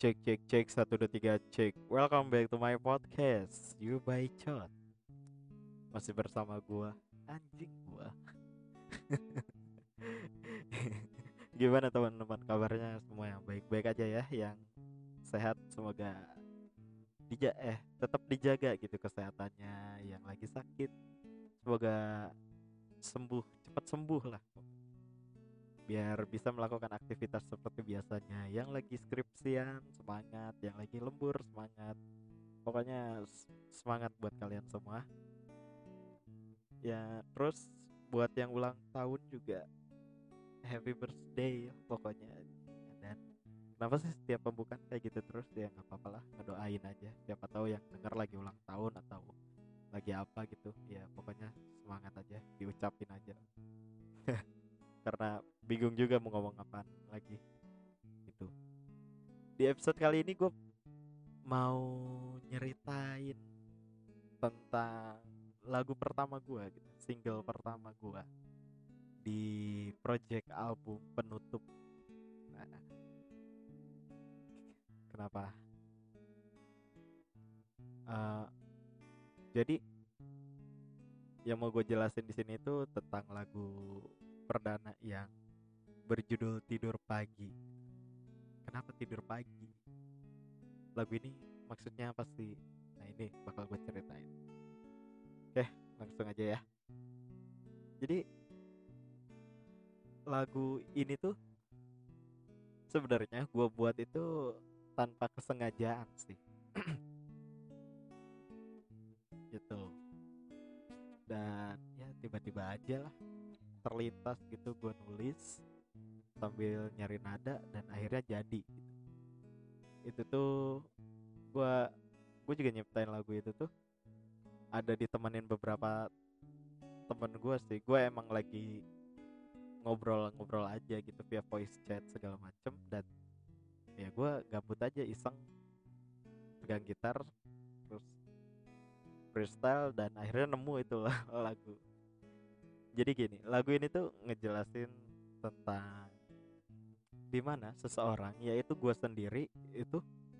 Cek cek cek 1 2 3 cek. Welcome back to my podcast. You by Chot. Masih bersama gua, anjing gua. Gimana teman-teman kabarnya semua yang baik-baik aja ya, yang sehat semoga tetap dijaga gitu kesehatannya, yang lagi sakit semoga cepat sembuh lah. Biar bisa melakukan aktivitas seperti biasanya. Yang lagi skripsian semangat, yang lagi lembur semangat. Pokoknya semangat buat kalian semua. Ya, terus buat yang ulang tahun juga happy birthday pokoknya. Dan kenapa sih setiap pembukaan kayak gitu terus, ya nggak apa-apa lah, ngedoain aja. Siapa tahu yang denger lagi ulang tahun atau lagi apa gitu. Ya pokoknya semangat aja, diucapin aja. Karena bingung juga mau ngomong apaan lagi gitu. Di episode kali ini gue mau nyeritain tentang lagu pertama gue gitu, single pertama gue di project album penutup. Nah, kenapa? Eh, jadi yang mau gue jelasin di sini itu tentang lagu perdana yang berjudul Tidur Pagi. Kenapa tidur pagi? Lagu ini maksudnya apa sih? Nah, ini bakal gue ceritain. Oke, langsung aja ya. Jadi lagu ini tuh sebenarnya gue buat itu tanpa kesengajaan sih. Gitu. Dan ya tiba-tiba aja lah terlintas gitu, gue nulis sambil nyari nada dan akhirnya jadi gitu. Itu tuh gue gue juga nyiptain lagu itu tuh ada ditemenin beberapa temen gue sih. Gue emang lagi ngobrol-ngobrol aja gitu via voice chat segala macem, dan ya gue gabut aja iseng pegang gitar terus freestyle dan akhirnya nemu itu lah lagu. Jadi gini, lagu ini tuh ngejelasin tentang dimana seseorang, yaitu gue sendiri itu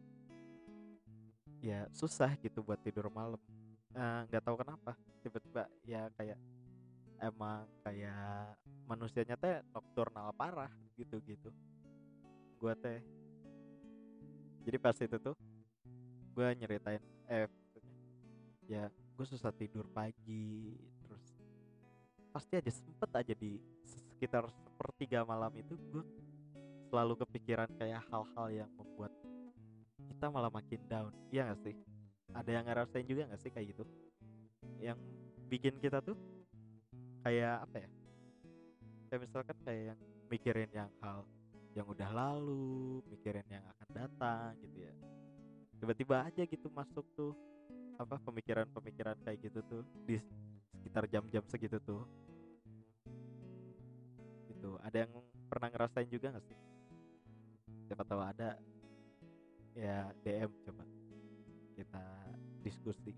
ya susah gitu buat tidur malam. Nggak tahu kenapa tiba-tiba ya kayak emang kayak manusianya teh nokturnal parah gitu gitu gue teh. Jadi pas itu tuh gue nyeritain maksudnya, ya gue susah tidur pagi, terus pasti aja sempet aja di sekitar sepertiga malam itu gue selalu kepikiran kayak hal-hal yang membuat kita malah makin down. Iya gak sih? Ada yang ngerasain juga gak sih kayak gitu, yang bikin kita tuh kayak apa ya, kayak misalkan kayak yang mikirin yang hal yang udah lalu, mikirin yang akan datang gitu ya. Tiba-tiba aja gitu masuk tuh apa pemikiran-pemikiran kayak gitu tuh di sekitar jam-jam segitu tuh. Gitu. Ada yang pernah ngerasain juga gak sih? Siapa tahu ada, ya DM coba kita diskusi.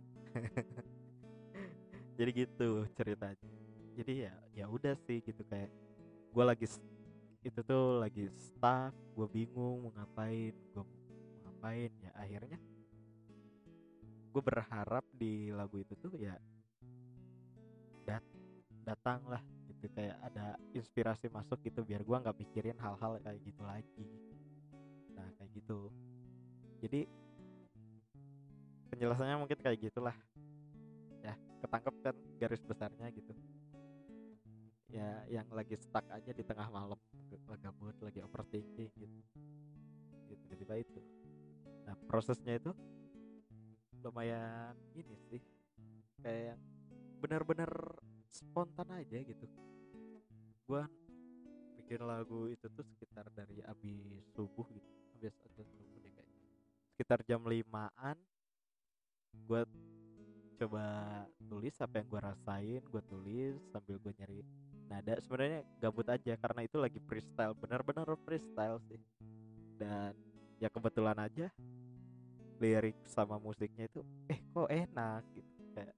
Jadi gitu ceritanya. Jadi ya udah sih gitu, kayak gue lagi itu tuh lagi stuck, gue bingung gue mau ngapain. Ya akhirnya gue berharap di lagu itu tuh ya dat datang lah gitu, kayak ada inspirasi masuk gitu biar gue nggak mikirin hal-hal kayak gitu lagi. Nah kayak gitu. Jadi penjelasannya mungkin kayak gitulah ya, ketangkep kan garis besarnya gitu. Ya yang lagi stuck aja di tengah malam, gabut lagi overthinking gitu gitu tiba-tiba itu. Nah prosesnya itu lumayan ini sih, kayak yang benar-benar spontan aja gitu. Gua bikin lagu itu tuh sekitar dari abis subuh gitu, abis azan subuh deh kayaknya, sekitar jam 5-an. Gue coba tulis apa yang gue rasain, gue tulis sambil gue nyari nada. Sebenarnya gabut aja karena itu lagi freestyle, benar-benar freestyle sih. Dan ya kebetulan aja lirik sama musiknya itu kok enak gitu, kayak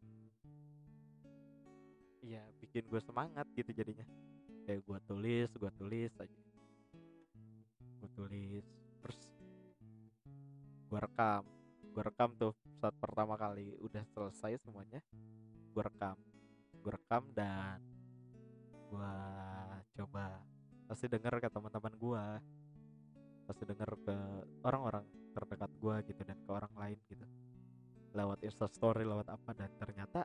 iya bikin gue semangat gitu jadinya. Kayak gue tulis aja, gue tulis terus gue rekam gue rekam tuh saat pertama kali udah selesai semuanya. Gue rekam dan gue coba pasti denger ke teman-teman gue, pasti denger ke orang-orang terdekat gue gitu dan ke orang lain gitu lewat Insta story lewat apa, dan ternyata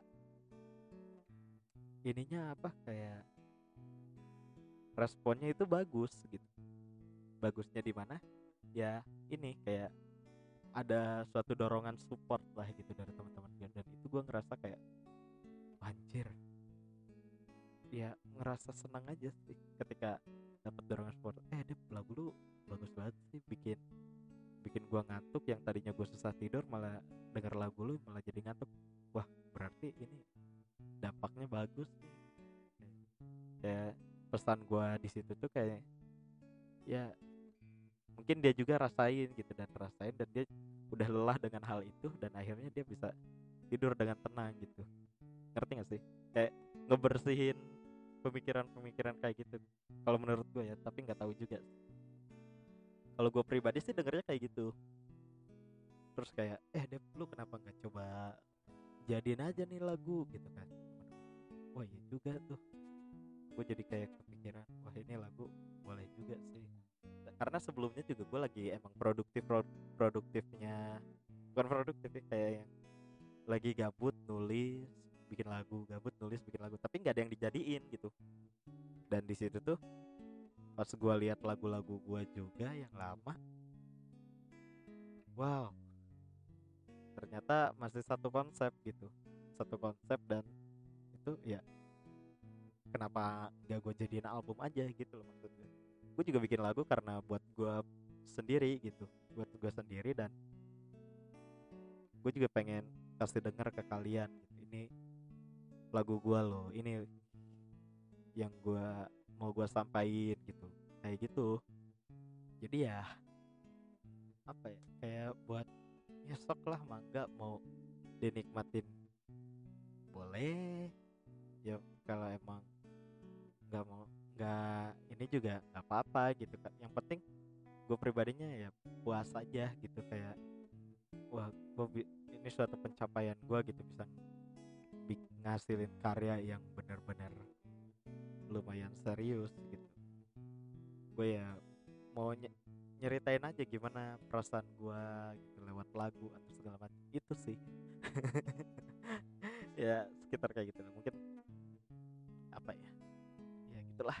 ininya apa kayak responnya itu bagus gitu. Bagusnya di mana ya, ini kayak ada suatu dorongan support lah gitu dari teman-teman gue, dan itu gue ngerasa kayak anjir, ya ngerasa senang aja sih ketika dapat dorongan support. Dep, lagu lu bagus banget sih, bikin bikin gua ngantuk, yang tadinya gue susah tidur malah denger lagu lu malah jadi ngantuk. Wah, berarti ini dampaknya bagus nih. Kayak pesan gua di situ tuh kayak ya mungkin dia juga rasain gitu, dan rasain, dan dia udah lelah dengan hal itu, dan akhirnya dia bisa tidur dengan tenang gitu. Ngerti gak sih? Kayak ngebersihin pemikiran-pemikiran kayak gitu kalau menurut gue ya, tapi nggak tahu juga. Kalau gue pribadi sih dengernya kayak gitu. Terus kayak Dep, lu kenapa nggak coba jadiin aja nih lagu gitu kan. Wah iya juga tuh, gue jadi kayak kepikiran, wah ini lagu boleh juga sih. Karena sebelumnya juga gue lagi emang produktifnya, bukan produktif ya, kayak yang lagi gabut nulis bikin lagu, gabut nulis bikin lagu, tapi nggak ada yang dijadiin gitu. Dan di situ tuh pas gue lihat lagu-lagu gue juga yang lama, wow, ternyata masih satu konsep gitu, satu konsep. Dan itu ya kenapa gak gue jadiin album aja gitu loh maksudnya. Gue juga bikin lagu karena buat gue sendiri gitu, buat gue sendiri, dan gue juga pengen kasih denger ke kalian gitu. Ini lagu gue loh, ini yang gue mau gue sampaikan gitu, kayak gitu. Jadi ya apa ya, kayak buat ya sok lah, mangga mau dinikmatin boleh ya, kalau emang nggak mau, nggak ini juga nggak apa-apa gitu kan. Yang penting gue pribadinya ya puas aja gitu, kayak wah ini suatu pencapaian gue gitu, bisa ngasilin karya yang benar-benar lumayan serius gitu. Gue ya mau nyeritain aja gimana perasaan gue gitu lewat lagu atau segala macam itu sih. Ya sekitar kayak gitu lah. Mungkin apa ya, ya gitulah.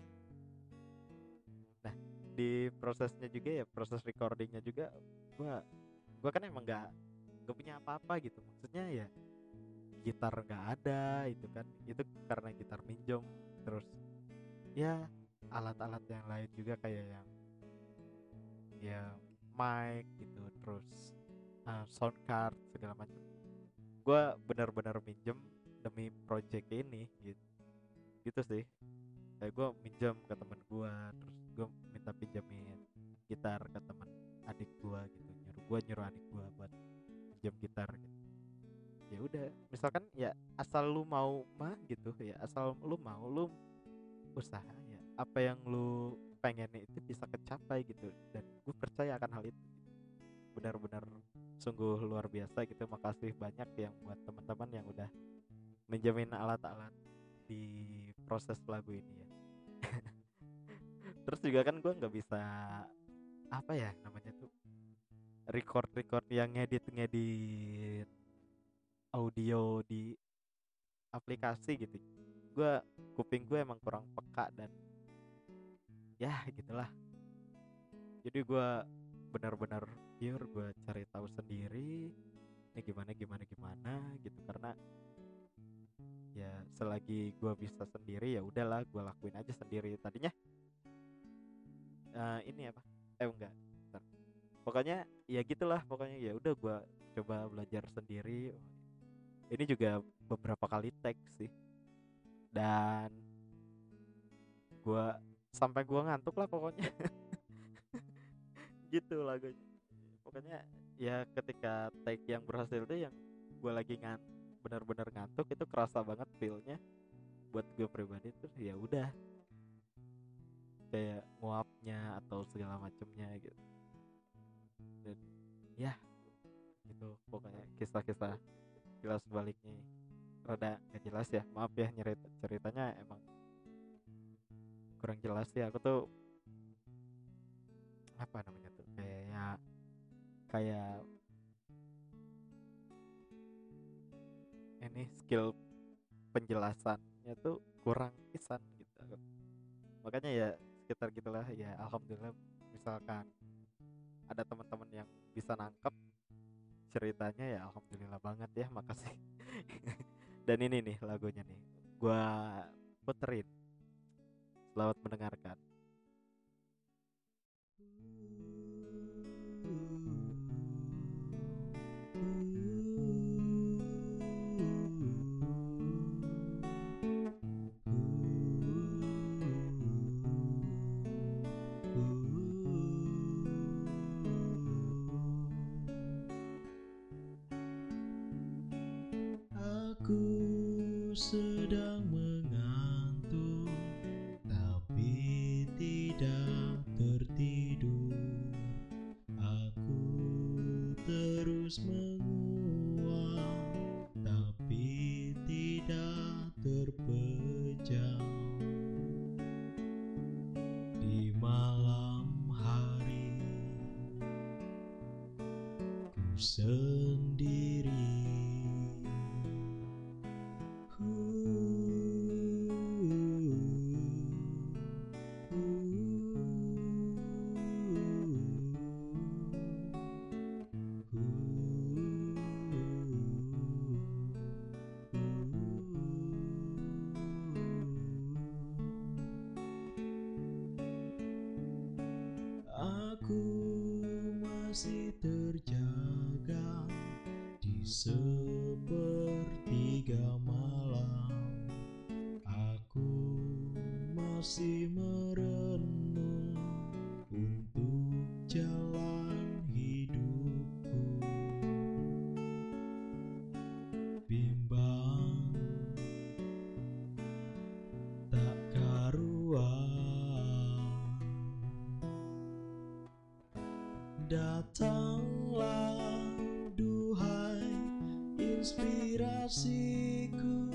Nah, di prosesnya juga ya, proses recordingnya juga, gua kan emang nggak punya apa-apa gitu, maksudnya ya gitar nggak ada itu kan, itu karena gitar minjem. Terus ya alat-alat yang lain juga kayak yang ya mic gitu, terus sound card segala macam, gua benar-benar minjem demi project ini gitu. Gitu sih, kayak gue minjem ke temen gue, terus gue minta pinjemin gitar ke temen adik gue gitu, nyuruh adik gue buat pinjam gitar gitu. Ya udah, misalkan ya asal lu mau mah gitu ya, asal lu mau, lu usaha ya, apa yang lu pengen itu bisa kecapai gitu, dan gue percaya akan hal itu. Benar-benar sungguh luar biasa gitu. Makasih banyak yang buat teman-teman yang udah menjamin alat-alat di proses lagu ini ya. Terus juga kan gue nggak bisa apa ya namanya tuh, record yang ngedit audio di aplikasi gitu. Gue kuping gue emang kurang peka, dan ya gitulah. Jadi gue benar-benar pure gue cari tahu sendiri ini gimana gimana gimana gitu, karena ya selagi gue bisa sendiri ya udahlah, gue lakuin aja sendiri. Tadinya ini apa, enggak, bentar. Pokoknya ya gitulah, pokoknya ya udah gue coba belajar sendiri. Ini juga beberapa kali tag sih, dan gue sampai gue ngantuk lah pokoknya. Gitu lagunya. Pokoknya ya ketika tag yang berhasil tuh yang gue lagi benar-benar ngantuk, itu kerasa banget feelnya buat gue pribadi tuh. Ya udah, kayak nguapnya atau segala macemnya gitu. Dan ya kisah-kisah jelas baliknya rada gak jelas ya, maaf ya, ceritanya emang kurang jelas sih. Aku tuh apa namanya tuh, kayak ini skill penjelasannya tuh kurang pisan gitu. Makanya ya sekitar gitulah ya, alhamdulillah misalkan ada teman-teman yang bisa nangkep ceritanya ya alhamdulillah banget ya, makasih. Dan ini nih lagunya nih gua puterin, selamat mendengarkan. Aku sedang mengantuk, tapi tidak tertidur. Aku terus menguap, tapi tidak terpejam. Di malam hari ku sendiri. Aku masih terjaga di sepertiga malam. Aku masih merenung untuk jalan hidupku. Bimbang tak karuan, datanglah duhai inspirasiku.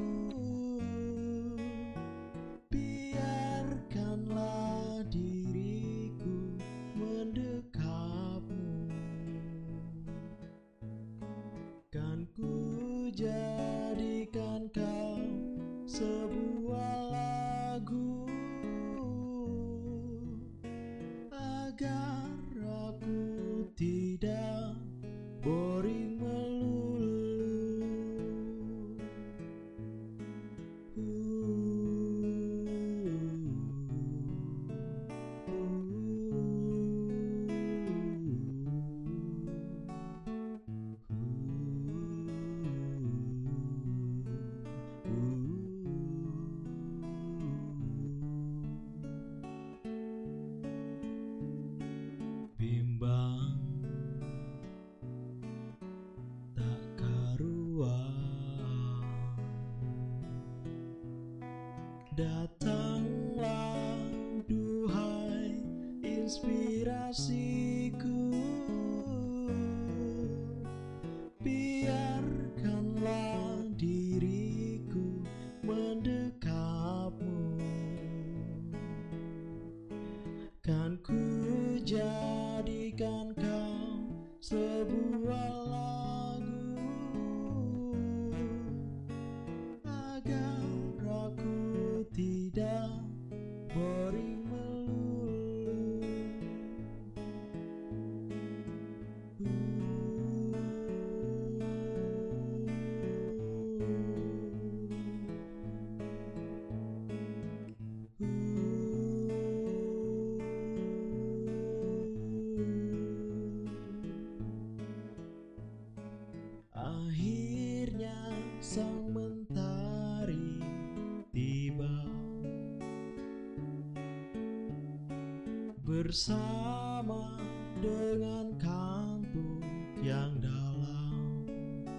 Biarkanlah diriku mendekapmu. Kan ku jadikan kau sebuah lagu, agar aku tidak boring melulu. Bimbang tak karuan, datanglah duhai inspirasiku. Biarkanlah diriku mendekapmu. Kan ku jadikan kau sebuah lagu, agar aku tidak boring melulu. Akhirnya sang mentari tiba bersama dengan kantuk yang dalam.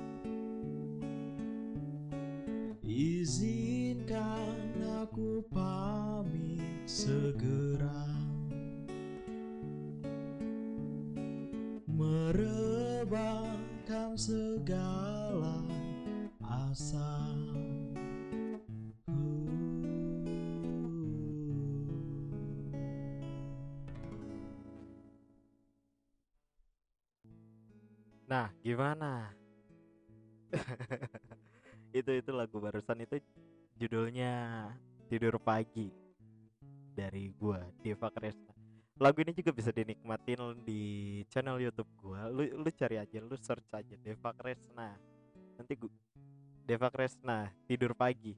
Izinkan aku pamit segera, merebah meredam segala asa. Nah, gimana? Itu lagu barusan itu judulnya Tidur Pagi dari gua Deva Kresna. Lagu ini juga bisa dinikmatin di channel YouTube gua. Lu cari aja, lu search aja Deva Kresna. Nanti gua Deva Kresna Tidur Pagi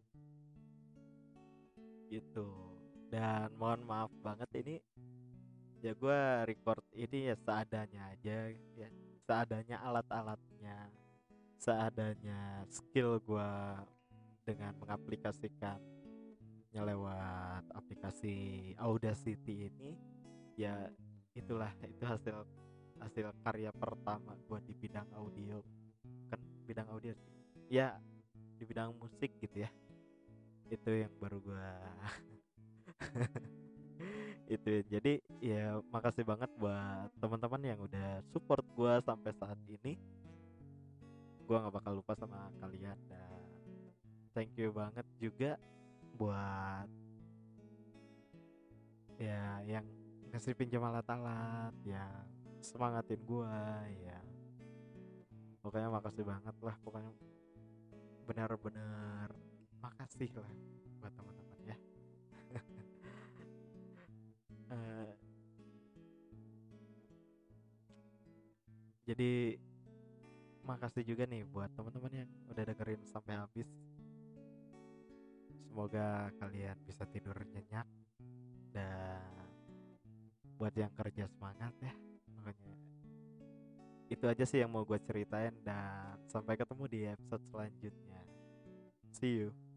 gitu. Dan mohon maaf banget ini ya gua record ini ya seadanya aja ya. Seadanya alat-alatnya, seadanya skill gua dengan mengaplikasikan lewat aplikasi Audacity ini. Ya itulah, itu hasil hasil karya pertama gua di bidang audio, kan bidang audio sih ya, di bidang musik gitu ya. Itu yang baru gua itu jadi ya makasih banget buat teman-teman yang udah support gua sampai saat ini. Gua nggak bakal lupa sama kalian, dan thank you banget juga buat ya yang ngasih pinjam alat-alat, yang semangatin gua ya. Pokoknya makasih banget lah, pokoknya benar-benar makasih lah buat teman-teman ya. Eh, jadi makasih juga nih buat teman-teman yang udah dengerin sampai habis. Semoga kalian bisa tidur nyenyak, dan buat yang kerja semangat ya. Makanya itu aja sih yang mau gue ceritain, dan sampai ketemu di episode selanjutnya. See you.